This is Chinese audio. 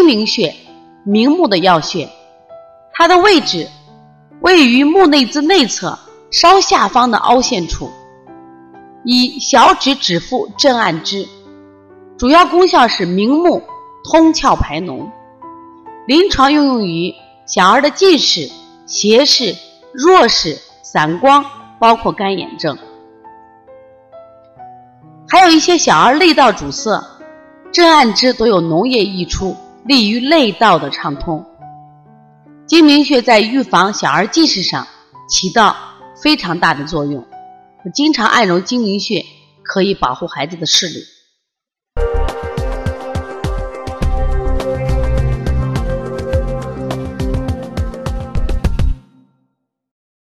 明穴，明目的要穴，它的位置位于目内眦内侧稍下方的凹陷处，以小指指腹正按之，主要功效是明目、通窍排脓。临床应用于小儿的近视、斜视、弱视、散光，包括干眼症。还有一些小儿泪道阻塞，正按之都有脓液溢出，利于泪道的畅通。睛明穴在预防小儿近视上起到非常大的作用，经常按揉睛明穴可以保护孩子的视力。